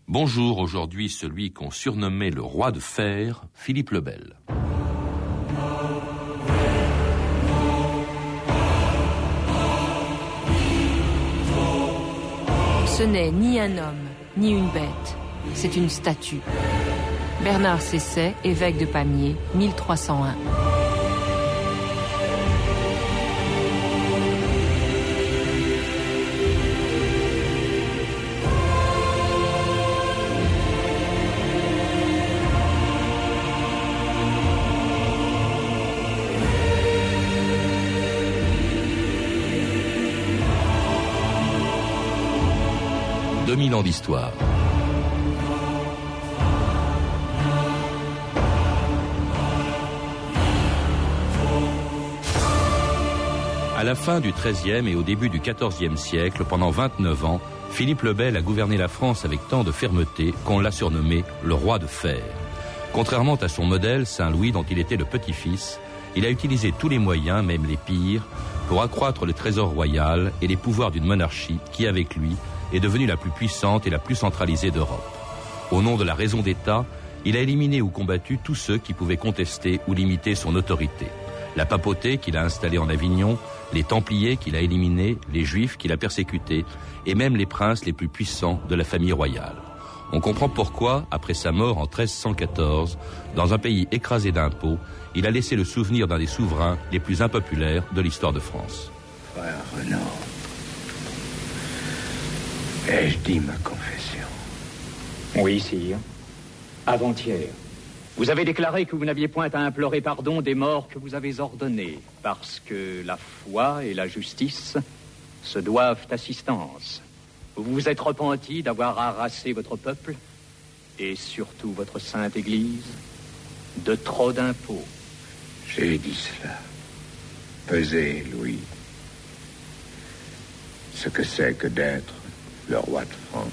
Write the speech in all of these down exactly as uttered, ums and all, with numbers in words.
Bonjour, aujourd'hui celui qu'on surnommait le roi de fer, Philippe le Bel. Ce n'est ni un homme, ni une bête, c'est une statue. Bernard Cesset, évêque de Pamiers, mille trois cent un. deux mille ans d'histoire. À la fin du treizième et au début du quatorzième siècle, pendant vingt-neuf ans, Philippe le Bel a gouverné la France avec tant de fermeté qu'on l'a surnommé le roi de fer. Contrairement à son modèle, Saint-Louis, dont il était le petit-fils, il a utilisé tous les moyens, même les pires, pour accroître le trésor royal et les pouvoirs d'une monarchie qui, avec lui, est devenue la plus puissante et la plus centralisée d'Europe. Au nom de la raison d'État, il a éliminé ou combattu tous ceux qui pouvaient contester ou limiter son autorité. La papauté qu'il a installée en Avignon, les Templiers qu'il a éliminés, les Juifs qu'il a persécutés, et même les princes les plus puissants de la famille royale. On comprend pourquoi, après sa mort en treize cent quatorze, dans un pays écrasé d'impôts, il a laissé le souvenir d'un des souverains les plus impopulaires de l'histoire de France. Frère Renaud, ai-je dit ma confession? Oui, sire. Avant-hier, vous avez déclaré que vous n'aviez point à implorer pardon des morts que vous avez ordonnés, parce que la foi et la justice se doivent assistance. Vous vous êtes repenti d'avoir harassé votre peuple, et surtout votre sainte Église, de trop d'impôts. J'ai dit cela. Pesez, Louis, ce que c'est que d'être le roi de France.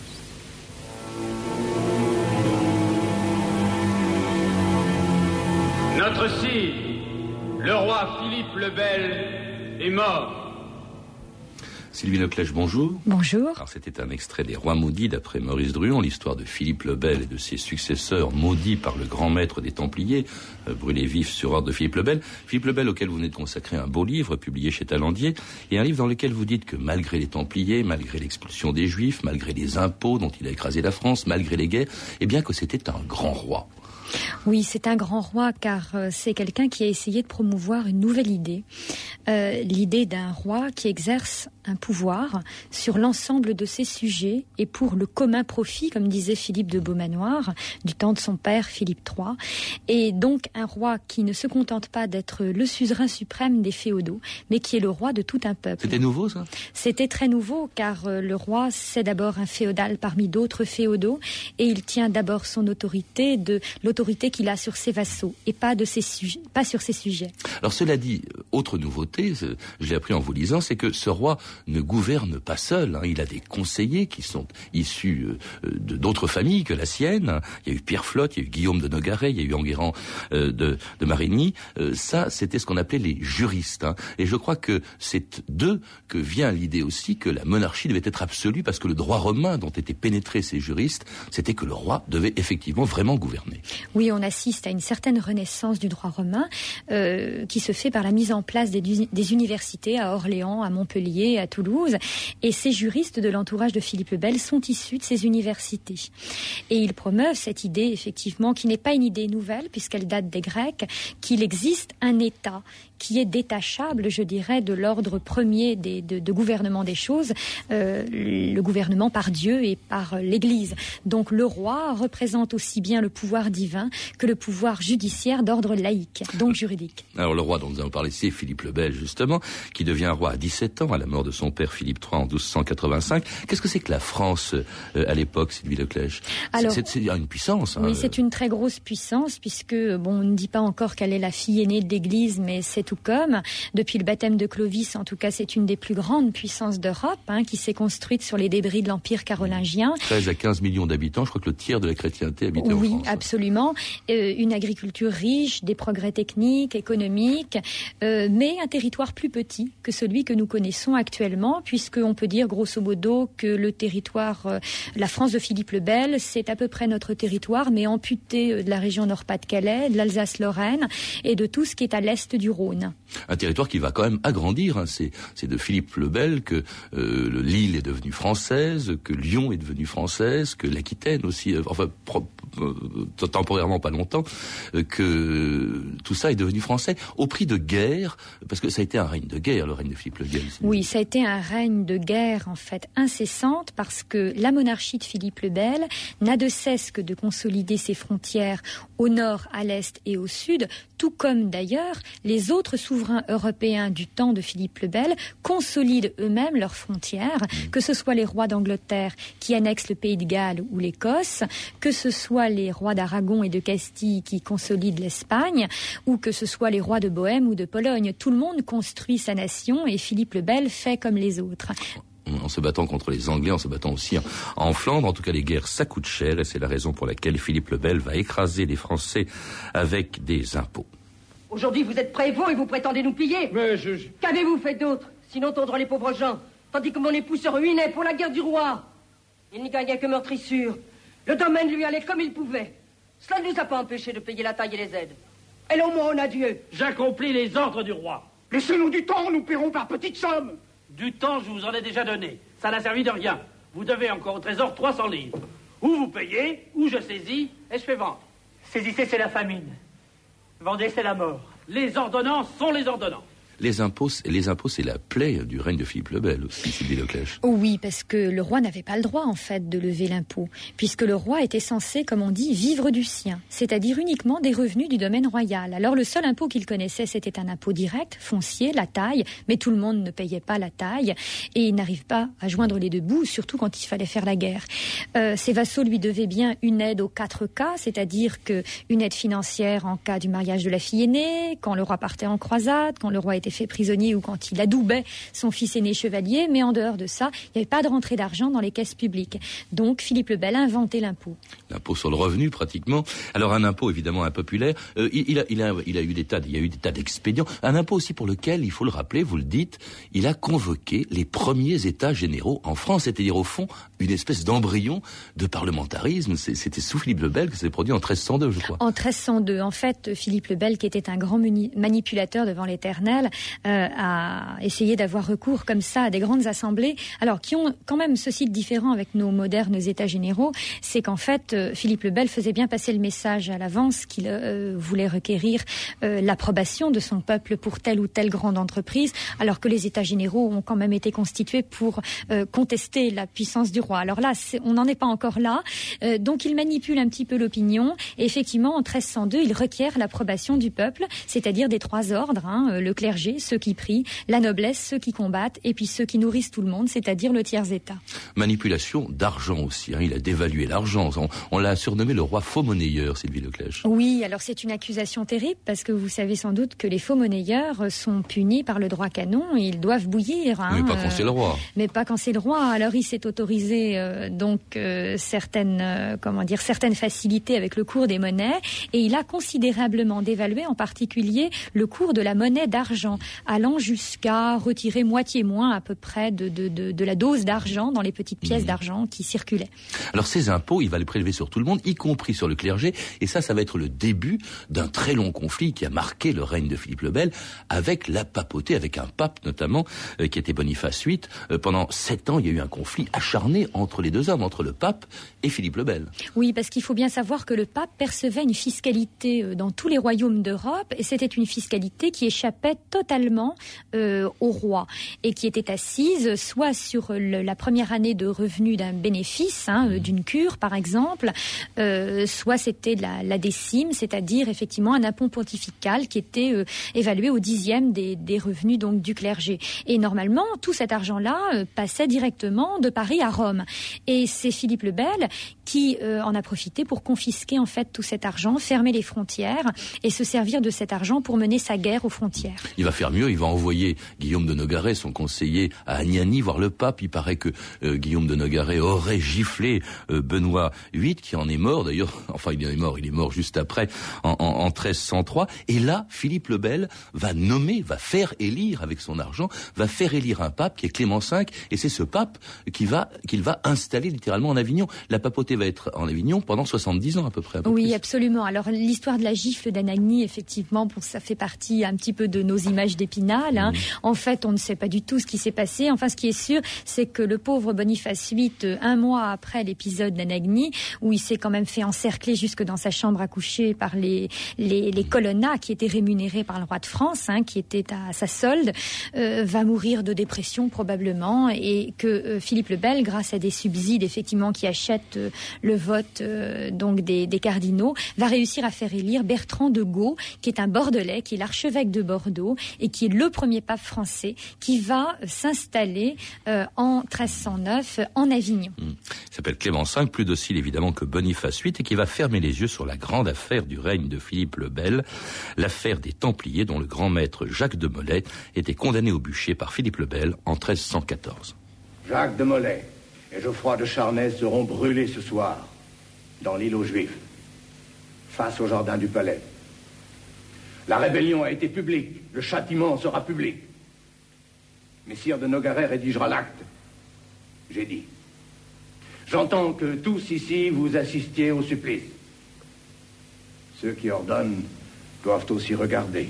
Notre sire, le roi Philippe le Bel, est mort. Sylvie Leclèche, bonjour. Bonjour. Alors, c'était un extrait des Rois maudits d'après Maurice Druon, l'histoire de Philippe le Bel et de ses successeurs maudits par le grand maître des Templiers, euh, brûlés vifs sur ordre de Philippe le Bel. Philippe le Bel, auquel vous venez de consacrer un beau livre publié chez Talandier, et un livre dans lequel vous dites que malgré les Templiers, malgré l'expulsion des Juifs, malgré les impôts dont il a écrasé la France, malgré les guerres, eh bien que c'était un grand roi. Oui, c'est un grand roi car euh, c'est quelqu'un qui a essayé de promouvoir une nouvelle idée, euh, l'idée d'un roi qui exerce un pouvoir sur l'ensemble de ses sujets et pour le commun profit, comme disait Philippe de Beaumanoir, du temps de son père Philippe trois, et donc un roi qui ne se contente pas d'être le suzerain suprême des féodaux, mais qui est le roi de tout un peuple. C'était nouveau, ça ? C'était très nouveau car euh, le roi, c'est d'abord un féodal parmi d'autres féodaux et il tient d'abord son autorité de l'autorité qu'il a sur ses vassaux et pas de ses sujets, pas sur ses sujets. Alors cela dit, autre nouveauté, je l'ai appris en vous lisant, c'est que ce roi ne gouverne pas seul. Hein. Il a des conseillers qui sont issus euh, de d'autres familles que la sienne. Il y a eu Pierre Flotte, il y a eu Guillaume de Nogaret, il y a eu Enguerrand euh, de, de Marigny. Euh, ça, c'était ce qu'on appelait les juristes. Hein. Et je crois que c'est d'eux que vient l'idée aussi que la monarchie devait être absolue, parce que le droit romain dont étaient pénétrés ces juristes, c'était que le roi devait effectivement vraiment gouverner. Oui, on assiste à une certaine renaissance du droit romain euh, qui se fait par la mise en place des, des universités à Orléans, à Montpellier, à Toulouse. Et ces juristes de l'entourage de Philippe le Bel sont issus de ces universités. Et ils promeuvent cette idée, effectivement, qui n'est pas une idée nouvelle, puisqu'elle date des Grecs, qu'il existe un État qui est détachable, je dirais, de l'ordre premier des, de, de gouvernement des choses, euh, le gouvernement par Dieu et par l'Église. Donc le roi représente aussi bien le pouvoir divin que le pouvoir judiciaire d'ordre laïque, donc juridique. Alors le roi dont nous avons parlé, c'est Philippe le Bel, justement, qui devient roi à dix-sept ans, à la mort de son père Philippe trois en douze cent quatre-vingt-cinq. Qu'est-ce que c'est que la France euh, à l'époque, Sylvie Leclèche ? Alors, c'est, c'est, c'est une puissance. Hein, oui, c'est une très grosse puissance, puisque, bon, on ne dit pas encore qu'elle est la fille aînée de l'Église, mais c'est tout comme. Depuis le baptême de Clovis, en tout cas, c'est une des plus grandes puissances d'Europe, hein, qui s'est construite sur les débris de l'Empire carolingien. treize à quinze millions d'habitants, je crois que le tiers de la chrétienté habitait oui, en France. Oui, absolument. Euh, une agriculture riche, des progrès techniques, économiques, euh, mais un territoire plus petit que celui que nous connaissons actuellement, puisqu'on peut dire grosso modo que le territoire, euh, la France de Philippe le Bel, c'est à peu près notre territoire, mais amputé euh, de la région Nord-Pas-de-Calais, de l'Alsace-Lorraine et de tout ce qui est à l'est du Rhône. Un territoire qui va quand même agrandir, hein. c'est, c'est de Philippe le Bel que euh, l'île est devenue française, que Lyon est devenue française, que l'Aquitaine aussi, euh, enfin pro, euh, temporairement pas longtemps, euh, que tout ça est devenu français, au prix de guerre, parce que ça a été un règne de guerre, le règne de Philippe le Bel. Oui, ça a été un règne de guerre en fait incessante, parce que la monarchie de Philippe le Bel n'a de cesse que de consolider ses frontières au nord, à l'est et au sud, tout comme d'ailleurs les autres souverains européens du temps de Philippe le Bel consolident eux-mêmes leurs frontières, mmh. que ce soit les rois d'Angleterre qui annexent le pays de Galles ou l'Écosse, que ce soit les rois d'Aragon et de Castille qui consolident l'Espagne, ou que ce soit les rois de Bohême ou de Pologne. Tout le monde construit sa nation et Philippe le Bel fait comme les autres. En se battant contre les Anglais, en se battant aussi en, en Flandre. En tout cas, les guerres, ça coûte cher, et c'est la raison pour laquelle Philippe le Bel va écraser les Français avec des impôts. Aujourd'hui, vous êtes prévôt et vous prétendez nous piller. Mais je... je... Qu'avez-vous fait d'autre, sinon tondre les pauvres gens, tandis que mon époux se ruinait pour la guerre du roi? Il n'y gagnait que meurtrissure. Le domaine lui allait comme il pouvait. Cela ne nous a pas empêchés de payer la taille et les aides. Et l'aumône à Dieu. J'accomplis les ordres du roi. Laissez-nous du temps, nous paierons par petites sommes. Du temps, je vous en ai déjà donné. Ça n'a servi de rien. Vous devez encore au trésor trois cents livres. Ou vous payez, ou je saisis, et je fais vendre. Saisissez, c'est la famine. Vendez, c'est la mort. Les ordonnances sont les ordonnances. Les impôts, les impôts, c'est la plaie du règne de Philippe le Bel aussi, Sylvie Leclèche. Oh oui, parce que le roi n'avait pas le droit, en fait, de lever l'impôt, puisque le roi était censé, comme on dit, vivre du sien, c'est-à-dire uniquement des revenus du domaine royal. Alors le seul impôt qu'il connaissait, c'était un impôt direct, foncier, la taille, mais tout le monde ne payait pas la taille, et il n'arrive pas à joindre les deux bouts, surtout quand il fallait faire la guerre. Euh, ses vassaux lui devaient bien une aide aux quatre cas, c'est-à-dire que une aide financière en cas du mariage de la fille aînée, quand le roi partait en croisade, quand le roi était fait prisonnier ou quand il adoubait son fils aîné chevalier, mais en dehors de ça, il n'y avait pas de rentrée d'argent dans les caisses publiques. Donc Philippe le Bel a inventé l'impôt. L'impôt sur le revenu, pratiquement. Alors un impôt évidemment impopulaire. Euh, il, il, a, il, a, il a eu des tas, il y a eu des tas d'expédients. Un impôt aussi pour lequel, il faut le rappeler, vous le dites, il a convoqué les premiers États généraux en France, c'est-à-dire au fond une espèce d'embryon de parlementarisme. C'était sous Philippe le Bel que ça s'est produit en treize cent deux, je crois. En treize cent deux, en fait, Philippe le Bel, qui était un grand manipulateur devant l'Éternel, euh, à essayer d'avoir recours comme ça à des grandes assemblées, alors qui ont quand même ceci de différent avec nos modernes États généraux, c'est qu'en fait euh, Philippe le Bel faisait bien passer le message à l'avance qu'il euh, voulait requérir euh, l'approbation de son peuple pour telle ou telle grande entreprise, alors que les États généraux ont quand même été constitués pour euh, contester la puissance du roi. Alors là, on n'en est pas encore là, euh, donc il manipule un petit peu l'opinion, et effectivement en treize cent deux, il requiert l'approbation du peuple, c'est-à-dire des trois ordres, hein, le clergé, ceux qui prient, la noblesse, ceux qui combattent, et puis ceux qui nourrissent tout le monde, c'est-à-dire le tiers-état. Manipulation d'argent aussi, hein. Il a dévalué l'argent. On, on l'a surnommé le roi faux monnayeur, Sylvie Leclèche. Oui, alors c'est une accusation terrible, parce que vous savez sans doute que les faux monnayeurs sont punis par le droit canon, et ils doivent bouillir. Hein, mais pas quand c'est le roi. Mais pas quand c'est le roi. Alors il s'est autorisé euh, donc euh, certaines, euh, comment dire, certaines facilités avec le cours des monnaies, et il a considérablement dévalué, en particulier le cours de la monnaie d'argent, allant jusqu'à retirer moitié moins à peu près de, de, de, de la dose d'argent dans les petites pièces mmh. d'argent qui circulaient. Alors ces impôts, il va les prélever sur tout le monde, y compris sur le clergé, et ça, ça va être le début d'un très long conflit qui a marqué le règne de Philippe le Bel avec la papauté, avec un pape notamment, euh, qui était Boniface huit. Euh, pendant sept ans, il y a eu un conflit acharné entre les deux hommes, entre le pape et Philippe le Bel. Oui, parce qu'il faut bien savoir que le pape percevait une fiscalité euh, dans tous les royaumes d'Europe, et c'était une fiscalité qui échappait totalement totalement euh, au roi et qui était assise soit sur le, la première année de revenu d'un bénéfice, hein, euh, d'une cure par exemple, euh, soit c'était la, la décime, c'est-à-dire effectivement un impôt pontifical qui était euh, évalué au dixième des, des revenus donc du clergé. Et normalement, tout cet argent-là euh, passait directement de Paris à Rome. Et c'est Philippe le Bel qui euh, en a profité pour confisquer en fait tout cet argent, fermer les frontières et se servir de cet argent pour mener sa guerre aux frontières. Il va faire mieux, il va envoyer Guillaume de Nogaret, son conseiller, à Agnani voir le pape. Il paraît que euh, Guillaume de Nogaret aurait giflé euh, Benoît huit, qui en est mort d'ailleurs, enfin il est mort, il est mort juste après, en, en, en treize cent trois. Et là, Philippe le Bel va nommer, va faire élire avec son argent, va faire élire un pape qui est Clément cinq, et c'est ce pape qui va, qu'il va installer littéralement en Avignon. La papauté va être en Avignon pendant soixante-dix ans à peu près. À peu oui, plus. Absolument. Alors l'histoire de la gifle d'Anagni, effectivement, bon, ça fait partie un petit peu de nos images d'Épinal. Hein. Mmh. En fait, on ne sait pas du tout ce qui s'est passé. Enfin, ce qui est sûr, c'est que le pauvre Boniface huit, un mois après l'épisode d'Anagni, où il s'est quand même fait encercler jusque dans sa chambre à coucher par les, les, les colonnats qui étaient rémunérés par le roi de France, hein, qui étaient à sa solde, euh, va mourir de dépression probablement, et que euh, Philippe le Bel, grâce à des subsides effectivement qui achètent euh, le vote euh, donc des, des cardinaux, va réussir à faire élire Bertrand de Gaux, qui est un Bordelais, qui est l'archevêque de Bordeaux et qui est le premier pape français qui va euh, s'installer euh, en treize cent neuf en Avignon. Mmh. Il s'appelle Clément cinq, plus docile évidemment que Boniface huit, et qui va fermer les yeux sur la grande affaire du règne de Philippe le Bel, l'affaire des Templiers, dont le grand maître Jacques de Molay était condamné au bûcher par Philippe le Bel en treize cent quatorze. Jacques de Molay et Geoffroy de Charnay seront brûlés ce soir dans l'île aux Juifs, face au jardin du palais. La rébellion a été publique, le châtiment sera public. Messire de Nogaret rédigera l'acte. J'ai dit. J'entends que tous ici vous assistiez au supplice. Ceux qui ordonnent doivent aussi regarder.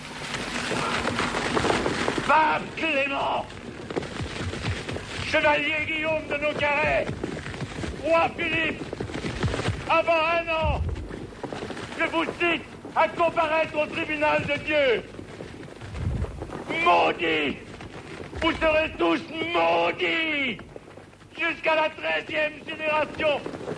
Pape Clément, chevalier Guillaume de Nogaret, roi Philippe, avant un an, je vous cite à comparaître au tribunal de Dieu. Maudits, vous serez tous maudits jusqu'à la treizième génération.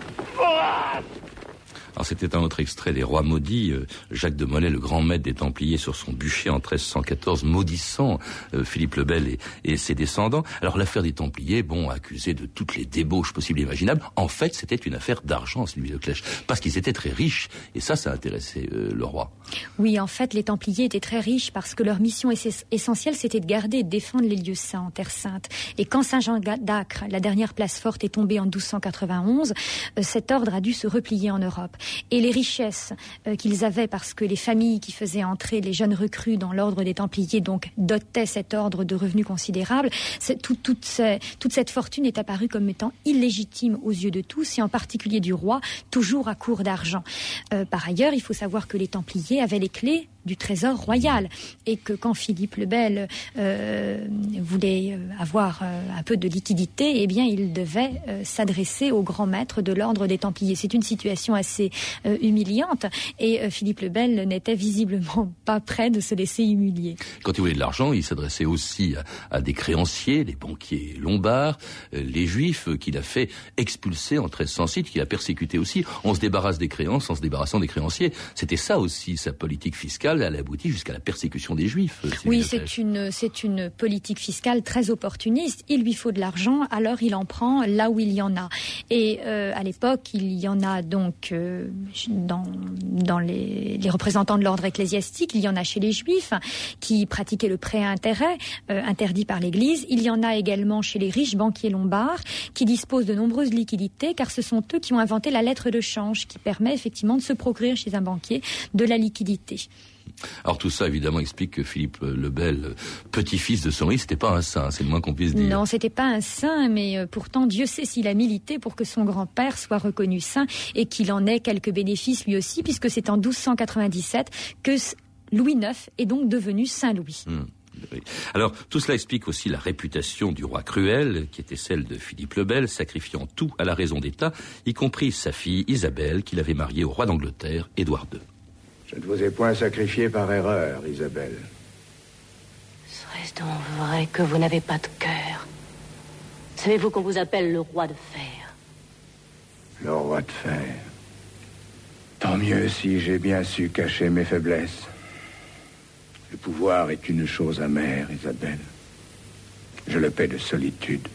Vorace. Alors c'était un autre extrait des Rois maudits, euh, Jacques de Molay, le grand maître des Templiers, sur son bûcher en treize cent quatorze, maudissant euh, Philippe le Bel et, et ses descendants. Alors l'affaire des Templiers, bon, accusé de toutes les débauches possibles et imaginables, en fait c'était une affaire d'argent, Sylvie Leclèche, parce qu'ils étaient très riches, et ça, ça intéressait euh, le roi. Oui, en fait, les Templiers étaient très riches parce que leur mission ess- essentielle, c'était de garder et de défendre les lieux saints en Terre Sainte. Et quand Saint-Jean d'Acre, la dernière place forte, est tombée en douze cent quatre-vingt-onze, euh, cet ordre a dû se replier en Europe. Et les richesses euh, qu'ils avaient, parce que les familles qui faisaient entrer les jeunes recrues dans l'ordre des Templiers, donc dotaient cet ordre de revenus considérables, c'est, tout, toute, ces, toute cette fortune est apparue comme étant illégitime aux yeux de tous, et en particulier du roi, toujours à court d'argent. Euh, par ailleurs, il faut savoir que les Templiers avaient les clés du trésor royal, et que quand Philippe le Bel euh, voulait avoir euh, un peu de liquidité, eh bien il devait euh, s'adresser au grand maître de l'ordre des Templiers. C'est une situation assez euh, humiliante, et euh, Philippe le Bel n'était visiblement pas prêt de se laisser humilier. Quand il voulait de l'argent, il s'adressait aussi à, à des créanciers, les banquiers lombards, euh, les juifs euh, qu'il a fait expulser en treize cent six, qu'il a persécuté aussi. On se débarrasse des créances en se débarrassant des créanciers. C'était ça aussi, sa politique fiscale. Elle aboutit jusqu'à la persécution des Juifs. Oui, c'est une, c'est une politique fiscale très opportuniste. Il lui faut de l'argent, alors il en prend là où il y en a. Et euh, à l'époque, il y en a donc euh, dans, dans les, les représentants de l'ordre ecclésiastique, il y en a chez les Juifs qui pratiquaient le prêt à intérêt, euh, interdit par l'Église. Il y en a également chez les riches banquiers lombards qui disposent de nombreuses liquidités, car ce sont eux qui ont inventé la lettre de change qui permet effectivement de se procurer chez un banquier de la liquidité. Alors tout ça, évidemment, explique que Philippe le Bel, petit-fils de son riche, c'était pas un saint, c'est le moins qu'on puisse dire. Non, c'était pas un saint, mais euh, pourtant, Dieu sait s'il a milité pour que son grand-père soit reconnu saint et qu'il en ait quelques bénéfices lui aussi, puisque c'est en douze cent quatre-vingt-dix-sept que Louis neuf est donc devenu Saint-Louis. Hum. Alors, tout cela explique aussi la réputation du roi cruel, qui était celle de Philippe le Bel, sacrifiant tout à la raison d'État, y compris sa fille Isabelle, qu'il avait mariée au roi d'Angleterre, Édouard deux. Je ne vous ai point sacrifié par erreur, Isabelle. Serait-ce donc vrai que vous n'avez pas de cœur? Savez-vous qu'on vous appelle le roi de fer? Le roi de fer. Tant mieux si j'ai bien su cacher mes faiblesses. Le pouvoir est une chose amère, Isabelle. Je le paie de solitude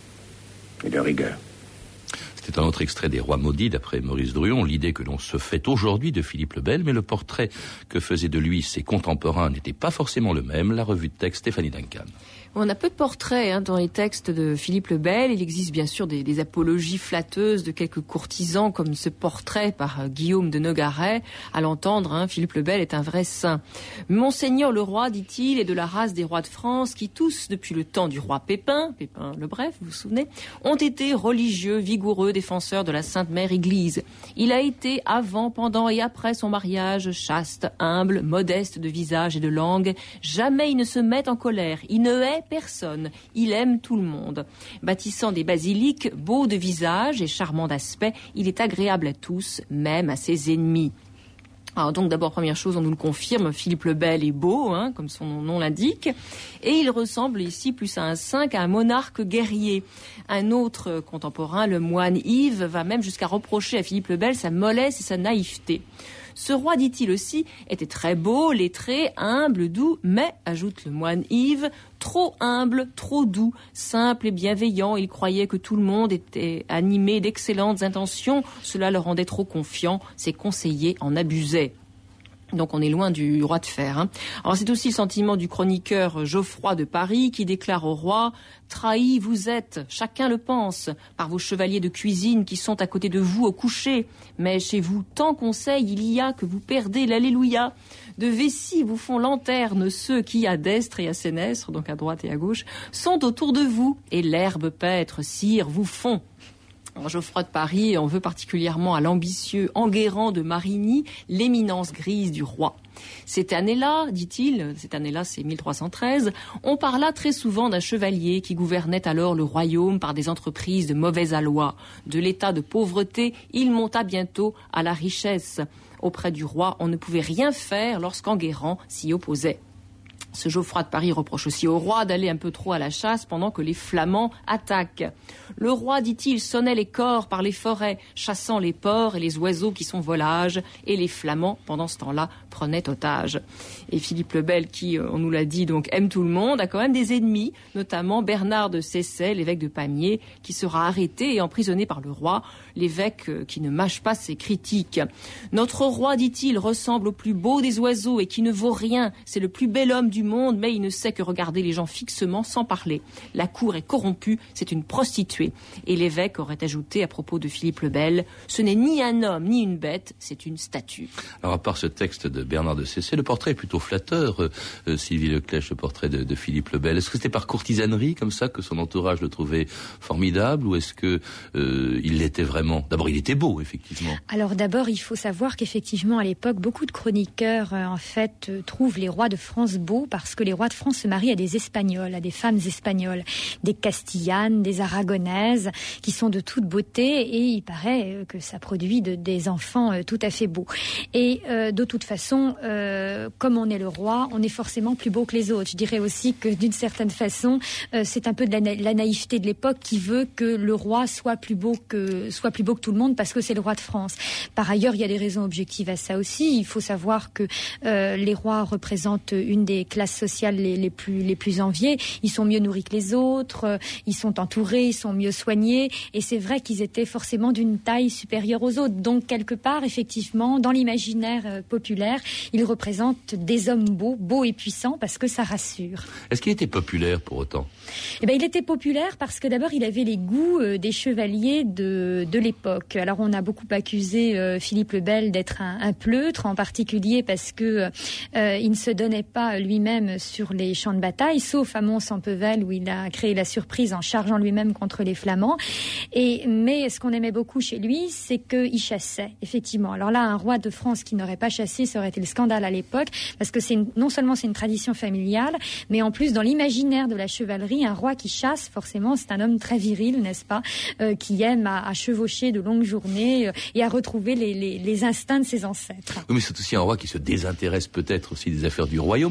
et de rigueur. C'était un autre extrait des Rois maudits d'après Maurice Druon, l'idée que l'on se fait aujourd'hui de Philippe le Bel, mais le portrait que faisaient de lui ses contemporains n'était pas forcément le même. La revue de texte, Stéphanie Duncan. On a peu de portraits hein, dans les textes de Philippe le Bel. Il existe bien sûr des, des apologies flatteuses de quelques courtisans, comme ce portrait par euh, Guillaume de Nogaret. À l'entendre, hein, Philippe le Bel est un vrai saint. Monseigneur le roi, dit-il, est de la race des rois de France qui tous, depuis le temps du roi Pépin, Pépin le Bref, vous vous souvenez, ont été religieux, vigoureux, défenseur de la Sainte Mère Église. Il a été avant, pendant et après son mariage chaste, humble, modeste de visage et de langue. Jamais il ne se met en colère. Il ne hait personne. Il aime tout le monde. Bâtissant des basiliques, beau de visage et charmant d'aspect, il est agréable à tous, même à ses ennemis. Alors donc d'abord, première chose, on nous le confirme, Philippe le Bel est beau, hein, comme son nom l'indique, et il ressemble ici plus à un saint qu'à un monarque guerrier. Un autre contemporain, le moine Yves, va même jusqu'à reprocher à Philippe le Bel sa mollesse et sa naïveté. Ce roi, dit-il aussi, était très beau, lettré, humble, doux, mais, ajoute le moine Yves, trop humble, trop doux, simple et bienveillant. Il croyait que tout le monde était animé d'excellentes intentions. Cela le rendait trop confiant. Ses conseillers en abusaient. Donc on est loin du roi de fer. Hein. Alors c'est aussi le sentiment du chroniqueur Geoffroy de Paris qui déclare au roi « Trahi vous êtes, chacun le pense, par vos chevaliers de cuisine qui sont à côté de vous au coucher. Mais chez vous, tant conseil il y a que vous perdez l'alléluia. De vessie vous font lanterne ceux qui, à destre et à sénestre, donc à droite et à gauche, sont autour de vous. Et l'herbe paître, cire, vous font. » Alors, Geoffroy de Paris en veut particulièrement à l'ambitieux Enguerrand de Marigny, l'éminence grise du roi. Cette année-là, dit-il, cette année-là c'est mille trois cent treize, on parla très souvent d'un chevalier qui gouvernait alors le royaume par des entreprises de mauvais aloi. De l'état de pauvreté, il monta bientôt à la richesse. Auprès du roi, on ne pouvait rien faire lorsqu'Enguerrand s'y opposait. Ce Geoffroy de Paris reproche aussi au roi d'aller un peu trop à la chasse pendant que les Flamands attaquent. Le roi, dit-il, sonnait les cors par les forêts, chassant les porcs et les oiseaux qui sont volages, et les Flamands, pendant ce temps-là, prenaient otage. Et Philippe le Bel, qui, on nous l'a dit, donc aime tout le monde, a quand même des ennemis, notamment Bernard de Cessay, l'évêque de Pamiers, qui sera arrêté et emprisonné par le roi, l'évêque qui ne mâche pas ses critiques. Notre roi, dit-il, ressemble au plus beau des oiseaux et qui ne vaut rien, c'est le plus bel homme du monde, mais il ne sait que regarder les gens fixement sans parler. La cour est corrompue, c'est une prostituée. Et l'évêque aurait ajouté à propos de Philippe le Bel, ce n'est ni un homme ni une bête, c'est une statue. Alors à part ce texte de Bernard de Cessay, le portrait est plutôt flatteur, euh, euh, Sylvie Leclèche, le portrait de, de Philippe le Bel. Est-ce que c'était par courtisanerie comme ça que son entourage le trouvait formidable, ou est-ce que euh, il l'était vraiment? D'abord, il était beau, effectivement. Alors d'abord, il faut savoir qu'effectivement à l'époque, beaucoup de chroniqueurs euh, en fait euh, trouvent les rois de France beaux parce que les rois de France se marient à des Espagnols, à des femmes espagnoles, des Castillanes, des Aragonaises, qui sont de toute beauté, et il paraît que ça produit de, des enfants euh, tout à fait beaux. Et euh, de toute façon, euh, comme on est le roi, on est forcément plus beau que les autres. Je dirais aussi que d'une certaine façon, euh, c'est un peu de la, na- la naïveté de l'époque qui veut que le roi soit plus beau que soit plus beau que tout le monde parce que c'est le roi de France. Par ailleurs, il y a des raisons objectives à ça aussi. Il faut savoir que euh, les rois représentent une des classes sociales les, les plus les plus enviées. Ils sont mieux nourris que les autres, euh, ils sont entourés, ils sont mieux soignés, et c'est vrai qu'ils étaient forcément d'une taille supérieure aux autres. Donc quelque part, effectivement, dans l'imaginaire euh, populaire, ils représentent des hommes beaux, beaux et puissants parce que ça rassure. Est-ce qu'il était populaire pour autant? Eh ben, il était populaire parce que d'abord, il avait les goûts euh, des chevaliers de de l'époque. Alors on a beaucoup accusé euh, Philippe le Bel d'être un, un pleutre, en particulier parce que euh, il ne se donnait pas lui-même sur les champs de bataille, sauf à Mons-en-Pevel où il a créé la surprise en chargeant lui-même contre les Flamands. Et mais ce qu'on aimait beaucoup chez lui, c'est qu'il chassait, effectivement. Alors là, un roi de France qui n'aurait pas chassé, ça aurait été le scandale à l'époque, parce que c'est une, non seulement c'est une tradition familiale, mais en plus dans l'imaginaire de la chevalerie, un roi qui chasse, forcément, c'est un homme très viril, n'est-ce pas, euh, qui aime à, à chevaucher de longues journées euh, et à retrouver les, les, les instincts de ses ancêtres. Oui, mais c'est aussi un roi qui se désintéresse peut-être aussi des affaires du royaume. On a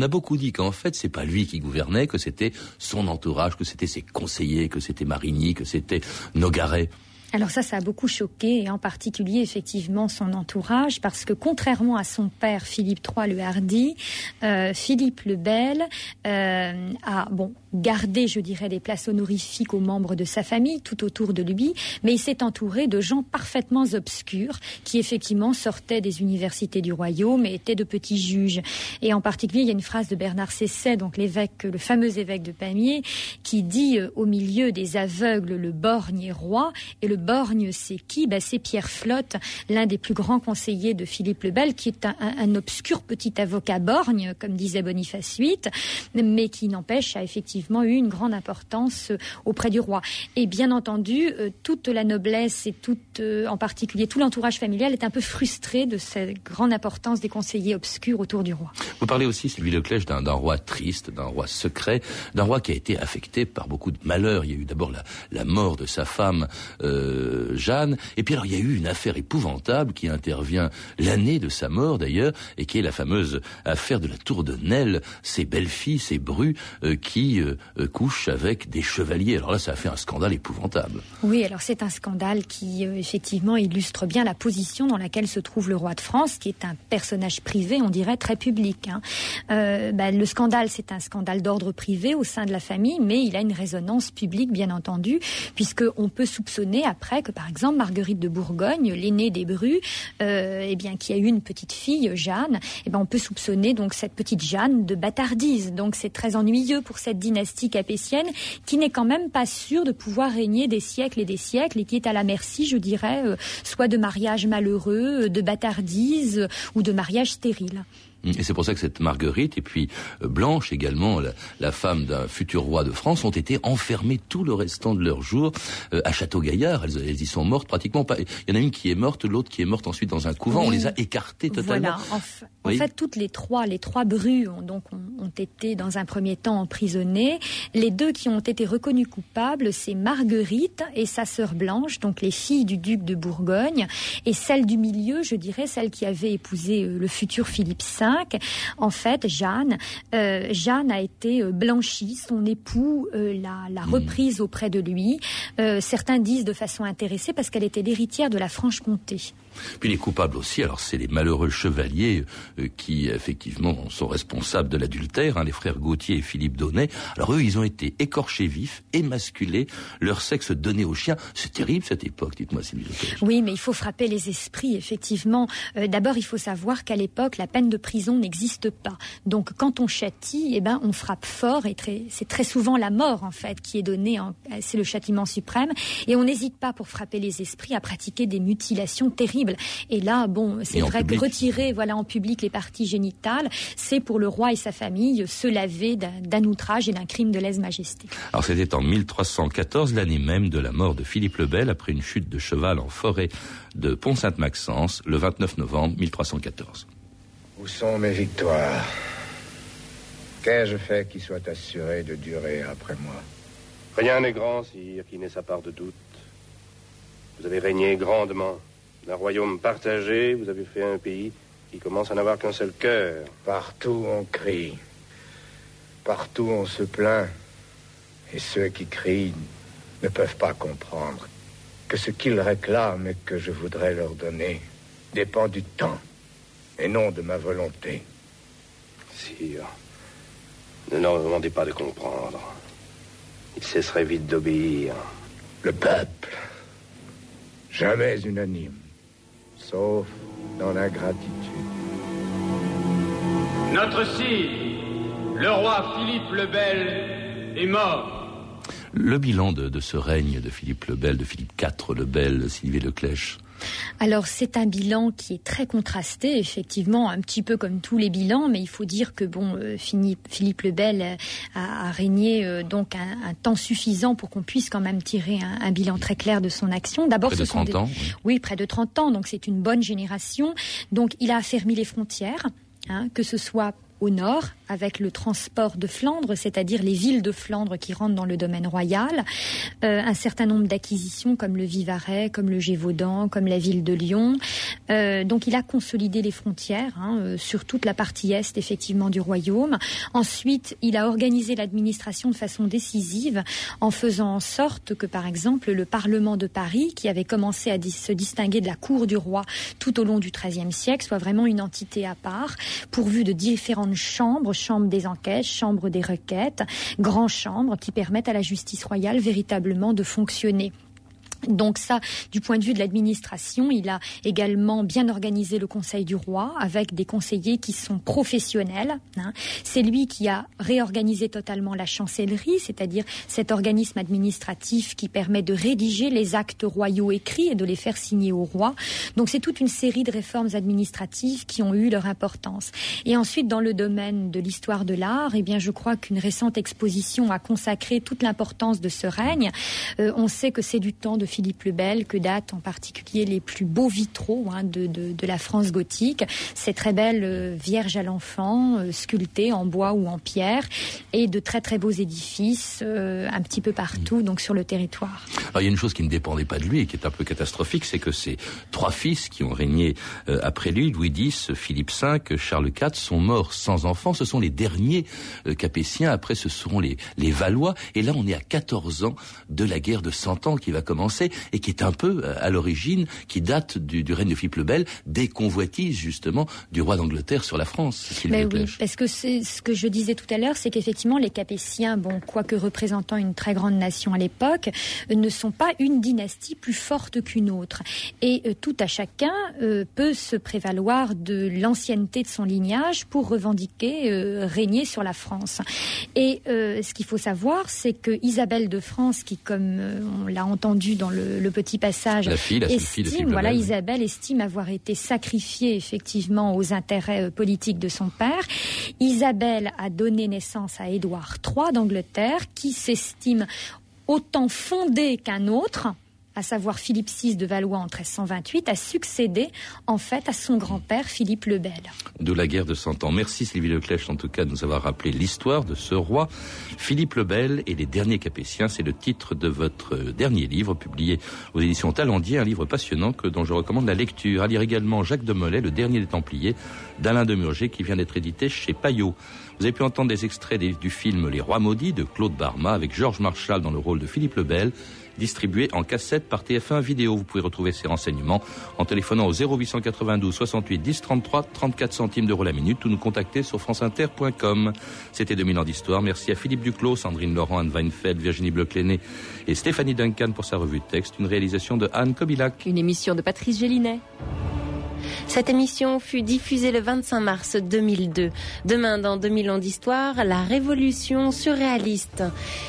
a beaucoup dit qu'en fait, c'est pas lui qui gouvernait, que c'était son entourage, que c'était ses conseillers, que c'était Marigny, que c'était Nogaret. Alors ça, ça a beaucoup choqué, et en particulier, effectivement, son entourage, parce que contrairement à son père, Philippe trois le Hardi, euh, Philippe le Bel euh, a, bon, gardé, je dirais, des places honorifiques aux membres de sa famille, tout autour de lui, mais il s'est entouré de gens parfaitement obscurs, qui effectivement sortaient des universités du royaume et étaient de petits juges. Et en particulier, il y a une phrase de Bernard Cesset, donc l'évêque, le fameux évêque de Pamiers, qui dit euh, au milieu des aveugles, le borgne est roi, et le borgne, c'est qui? Ben, c'est Pierre Flotte, l'un des plus grands conseillers de Philippe le Bel, qui est un, un, un obscur petit avocat borgne, comme disait Boniface huit, mais qui n'empêche a effectivement eu une grande importance auprès du roi. Et bien entendu, euh, toute la noblesse et toute, euh, en particulier tout l'entourage familial est un peu frustré de cette grande importance des conseillers obscurs autour du roi. Vous parlez aussi, Sylvie Leclèche, d'un, d'un roi triste, d'un roi secret, d'un roi qui a été affecté par beaucoup de malheurs. Il y a eu d'abord la, la mort de sa femme, euh, Jeanne, et puis alors il y a eu une affaire épouvantable qui intervient l'année de sa mort d'ailleurs, et qui est la fameuse affaire de la tour de Nesle, ces belles filles, ces brus euh, qui euh, euh, couchent avec des chevaliers. Alors là, ça a fait un scandale épouvantable. Oui, alors c'est un scandale qui euh, effectivement illustre bien la position dans laquelle se trouve le roi de France, qui est un personnage privé, on dirait très public. Hein. Euh, bah, le scandale, c'est un scandale d'ordre privé au sein de la famille, mais il a une résonance publique, bien entendu, puisque on peut soupçonner après que, par exemple, Marguerite de Bourgogne, l'aînée des Brus, euh, eh bien, qui a eu une petite fille, Jeanne, eh ben, on peut soupçonner donc cette petite Jeanne de bâtardise. Donc, c'est très ennuyeux pour cette dynastie capétienne qui n'est quand même pas sûre de pouvoir régner des siècles et des siècles et qui est à la merci, je dirais, euh, soit de mariages malheureux, de bâtardise euh, ou de mariages stériles. Et c'est pour ça que cette Marguerite et puis euh, Blanche également, la, la femme d'un futur roi de France, ont été enfermées tout le restant de leur jour euh, à Château-Gaillard. Elles, elles y sont mortes pratiquement pas. Il y en a une qui est morte, l'autre qui est morte ensuite dans un couvent. Oui. On les a écartées totalement. Voilà. En, f- oui. en fait, toutes les trois, les trois Brus ont donc ont, ont été dans un premier temps emprisonnées. Les deux qui ont été reconnues coupables, c'est Marguerite et sa sœur Blanche, donc les filles du duc de Bourgogne, et celle du milieu, je dirais, celle qui avait épousé euh, le futur Philippe cinq. En fait, Jeanne, euh, Jeanne a été euh, blanchie, son époux euh, l'a, l'a reprise auprès de lui. Euh, certains disent de façon intéressée parce qu'elle était l'héritière de la Franche-Comté. Puis les coupables aussi, alors c'est les malheureux chevaliers euh, qui effectivement sont responsables de l'adultère, hein, les frères Gauthier et Philippe d'Aunay. Alors eux, ils ont été écorchés vifs, émasculés, leur sexe donné aux chiens. C'est terrible cette époque, dites-moi Sylvie Leclèche. Oui, mais il faut frapper les esprits, effectivement. Euh, d'abord, il faut savoir qu'à l'époque, la peine de prison n'existe pas. Donc quand on châtie, eh ben, on frappe fort, et très, c'est très souvent la mort en fait qui est donnée, en, c'est le châtiment suprême, et on n'hésite pas pour frapper les esprits à pratiquer des mutilations terribles. Et là, bon, c'est vrai public. que retirer, voilà, en public les parties génitales, c'est pour le roi et sa famille se laver d'un, d'un outrage et d'un crime de lèse-majesté. Alors c'était en mille trois cent quatorze, l'année même de la mort de Philippe le Bel, après une chute de cheval en forêt de Pont-Sainte-Maxence, le vingt-neuf novembre mille trois cent quatorze. Où sont mes victoires? Qu'ai-je fait qui soit assuré de durer après moi? Rien n'est grand, sire, qui n'ait sa part de doute. Vous avez régné grandement. D'un royaume partagé, vous avez fait un pays qui commence à n'avoir qu'un seul cœur. Partout on crie. Partout on se plaint. Et ceux qui crient ne peuvent pas comprendre que ce qu'ils réclament et que je voudrais leur donner dépend du temps et non de ma volonté. Sire, ne leur demandez pas de comprendre. Ils cesseraient vite d'obéir. Le peuple, jamais unanime. Sauf dans l'ingratitude. Notre sire, le roi Philippe le Bel, est mort. Le bilan de, de ce règne de Philippe le Bel, de Philippe quatre le Bel, Sylvie Leclèche. Alors c'est un bilan qui est très contrasté, effectivement, un petit peu comme tous les bilans, mais il faut dire que bon, euh, Philippe, Philippe le Bel a, a régné euh, donc un, un temps suffisant pour qu'on puisse quand même tirer un, un bilan très clair de son action. D'abord, près de ce sont trente des... ans. Oui. oui, près de trente ans, donc c'est une bonne génération. Donc il a affermi les frontières, hein, que ce soit au nord avec le transport de Flandre, c'est-à-dire les villes de Flandre qui rentrent dans le domaine royal, euh, un certain nombre d'acquisitions comme le Vivarais, comme le Gévaudan, comme la ville de Lyon. Euh, donc il a consolidé les frontières hein, euh, sur toute la partie est effectivement du royaume. Ensuite, il a organisé l'administration de façon décisive en faisant en sorte que, par exemple, le Parlement de Paris, qui avait commencé à dis- se distinguer de la cour du roi tout au long du treizième siècle, soit vraiment une entité à part, pourvue de différentes chambres, chambre des enquêtes, chambre des requêtes, grand chambres qui permettent à la justice royale véritablement de fonctionner. Donc ça, du point de vue de l'administration, il a également bien organisé le Conseil du roi avec des conseillers qui sont professionnels. Hein. C'est lui qui a réorganisé totalement la chancellerie, c'est-à-dire cet organisme administratif qui permet de rédiger les actes royaux écrits et de les faire signer au roi. Donc c'est toute une série de réformes administratives qui ont eu leur importance. Et ensuite, dans le domaine de l'histoire de l'art, eh bien, je crois qu'une récente exposition a consacré toute l'importance de ce règne. Euh, on sait que c'est du temps de Philippe le Bel que datent en particulier les plus beaux vitraux hein, de, de, de la France gothique. Ces très belles euh, Vierges à l'enfant, euh, sculptées en bois ou en pierre, et de très très beaux édifices euh, un petit peu partout, donc sur le territoire. Alors il y a une chose qui ne dépendait pas de lui et qui est un peu catastrophique, c'est que ses trois fils qui ont régné euh, après lui, Louis dix, Philippe cinq, Charles quatre, sont morts sans enfants. Ce sont les derniers euh, Capétiens. Après, ce seront les, les Valois. Et là, on est à quatorze ans de la guerre de Cent Ans qui va commencer et qui est un peu à l'origine, qui date du, du règne de Philippe le Bel, des convoitises justement du roi d'Angleterre sur la France. Mais oui, parce que c'est ce que je disais tout à l'heure, c'est qu'effectivement les Capétiens, bon, quoique représentant une très grande nation à l'époque, ne sont pas une dynastie plus forte qu'une autre. Et euh, tout à chacun euh, peut se prévaloir de l'ancienneté de son lignage pour revendiquer euh, régner sur la France. Et euh, ce qu'il faut savoir, c'est que Isabelle de France, qui comme euh, on l'a entendu dans le, le petit passage, la fille, la estime, fille de Philippe voilà, le Bel, Isabelle estime avoir été sacrifiée effectivement aux intérêts euh, politiques de son père. Isabelle a donné naissance à Édouard trois d'Angleterre, qui s'estime autant fondé qu'un autre, à savoir Philippe six de Valois en treize cent vingt-huit, a succédé en fait à son grand-père Philippe le Bel. De la guerre de Cent Ans. Merci Sylvie Leclèche en tout cas de nous avoir rappelé l'histoire de ce roi. Philippe le Bel et les derniers Capétiens, c'est le titre de votre dernier livre publié aux éditions Talendier, un livre passionnant que, dont je recommande la lecture. À lire également Jacques de Molay, Le dernier des Templiers, d'Alain de Murger, qui vient d'être édité chez Payot. Vous avez pu entendre des extraits des, du film Les Rois Maudits de Claude Barma avec Georges Marchal dans le rôle de Philippe le Bel, distribué en cassette par T F un Vidéo. Vous pouvez retrouver ces renseignements en téléphonant au zéro huit cent quatre-vingt-douze soixante-huit dix trente-trois, trente-quatre centimes d'euros la minute, ou nous contacter sur franceinter point com. C'était deux mille ans d'histoire. Merci à Philippe Duclos, Sandrine Laurent, Anne Weinfeld, Virginie Bleucléné et Stéphanie Duncan pour sa revue de texte. Une réalisation de Anne Kobilac. Une émission de Patrice Gélinet. Cette émission fut diffusée le vingt-cinq mars deux mille deux. Demain, dans deux mille ans d'histoire, la révolution surréaliste.